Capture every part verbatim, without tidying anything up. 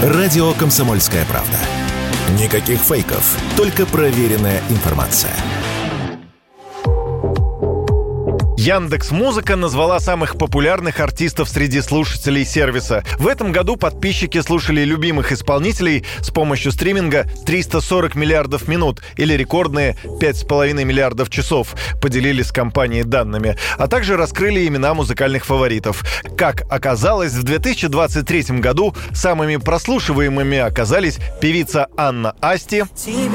Радио «Комсомольская правда». Никаких фейков, только проверенная информация. Яндекс.Музыка назвала самых популярных артистов среди слушателей сервиса. В этом году подписчики слушали любимых исполнителей с помощью стриминга триста сорок миллиардов минут или рекордные пять с половиной миллиардов часов, поделились с компанией данными, а также раскрыли имена музыкальных фаворитов. Как оказалось, в две тысячи двадцать третьем году самыми прослушиваемыми оказались певица Анна Асти,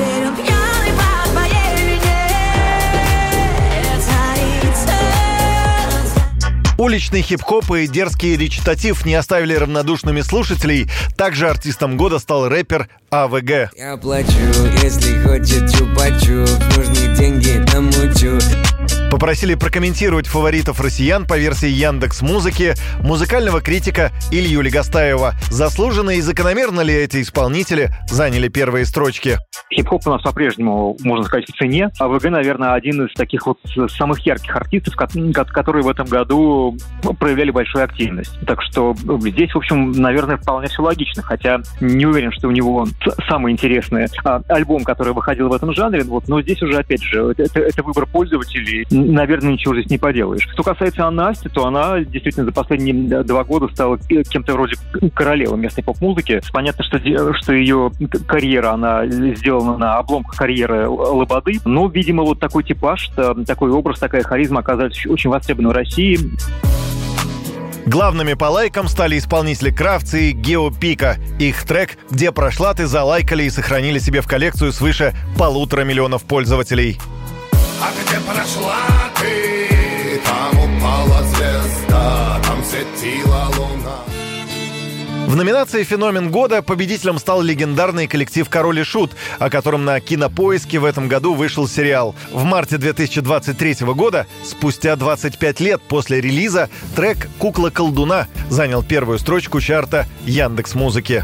уличный хип-хоп и дерзкий речитатив не оставили равнодушными слушателей. Также артистом года стал рэпер а вэ гэ. Я плачу, если хочет чупа-чуп, нужны деньги, намучу. Попросили прокомментировать фаворитов россиян по версии Яндекс.Музыки музыкального критика Илью Легостаева. Заслуженно и закономерно ли эти исполнители заняли первые строчки? Хип-хоп у нас по-прежнему, можно сказать, в цене. а вэ гэ, наверное, один из таких вот самых ярких артистов, которые в этом году проявляли большую активность. Так что здесь, в общем, наверное, вполне все логично. Хотя не уверен, что у него самый интересный альбом, который выходил в этом жанре. Вот, но здесь уже, опять же, это, это выбор пользователей. Наверное, ничего здесь не поделаешь. Что касается Анны Асти, то она действительно за последние два года стала кем-то вроде королевы местной поп-музыки. Понятно, что, что ее карьера, она сделана на обломках карьеры Лободы. Но, видимо, вот такой типаж, такой образ, такая харизма оказались очень востребованы в России. Главными по лайкам стали исполнители Кравцы и Гео Пика. Их трек «Где прошла ты» залайкали и сохранили себе в коллекцию свыше полутора миллионов пользователей. А где прошла ты? Там упала звезда, там светила луна. В номинации «Феномен года» победителем стал легендарный коллектив «Король и Шут», о котором на Кинопоиске в этом году вышел сериал. В марте две тысячи двадцать третьего года, спустя двадцать пять лет после релиза, трек «Кукла колдуна» занял первую строчку чарта Яндекс.Музыки.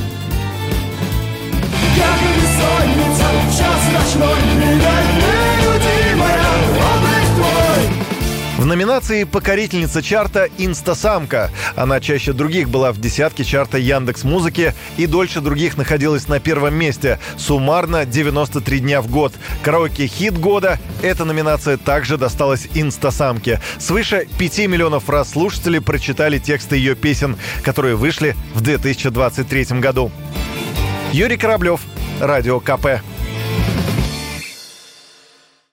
В номинации «Покорительница чарта» «Инстасамка». Она чаще других была в десятке чарта Яндекс.Музыки и дольше других находилась на первом месте. Суммарно девяносто три дня в год. Караоке-хит года. Эта номинация также досталась «Инстасамке». Свыше пяти миллионов раз слушатели прочитали тексты ее песен, которые вышли в две тысячи двадцать третьем году. Юрий Кораблев, Радио ка пэ.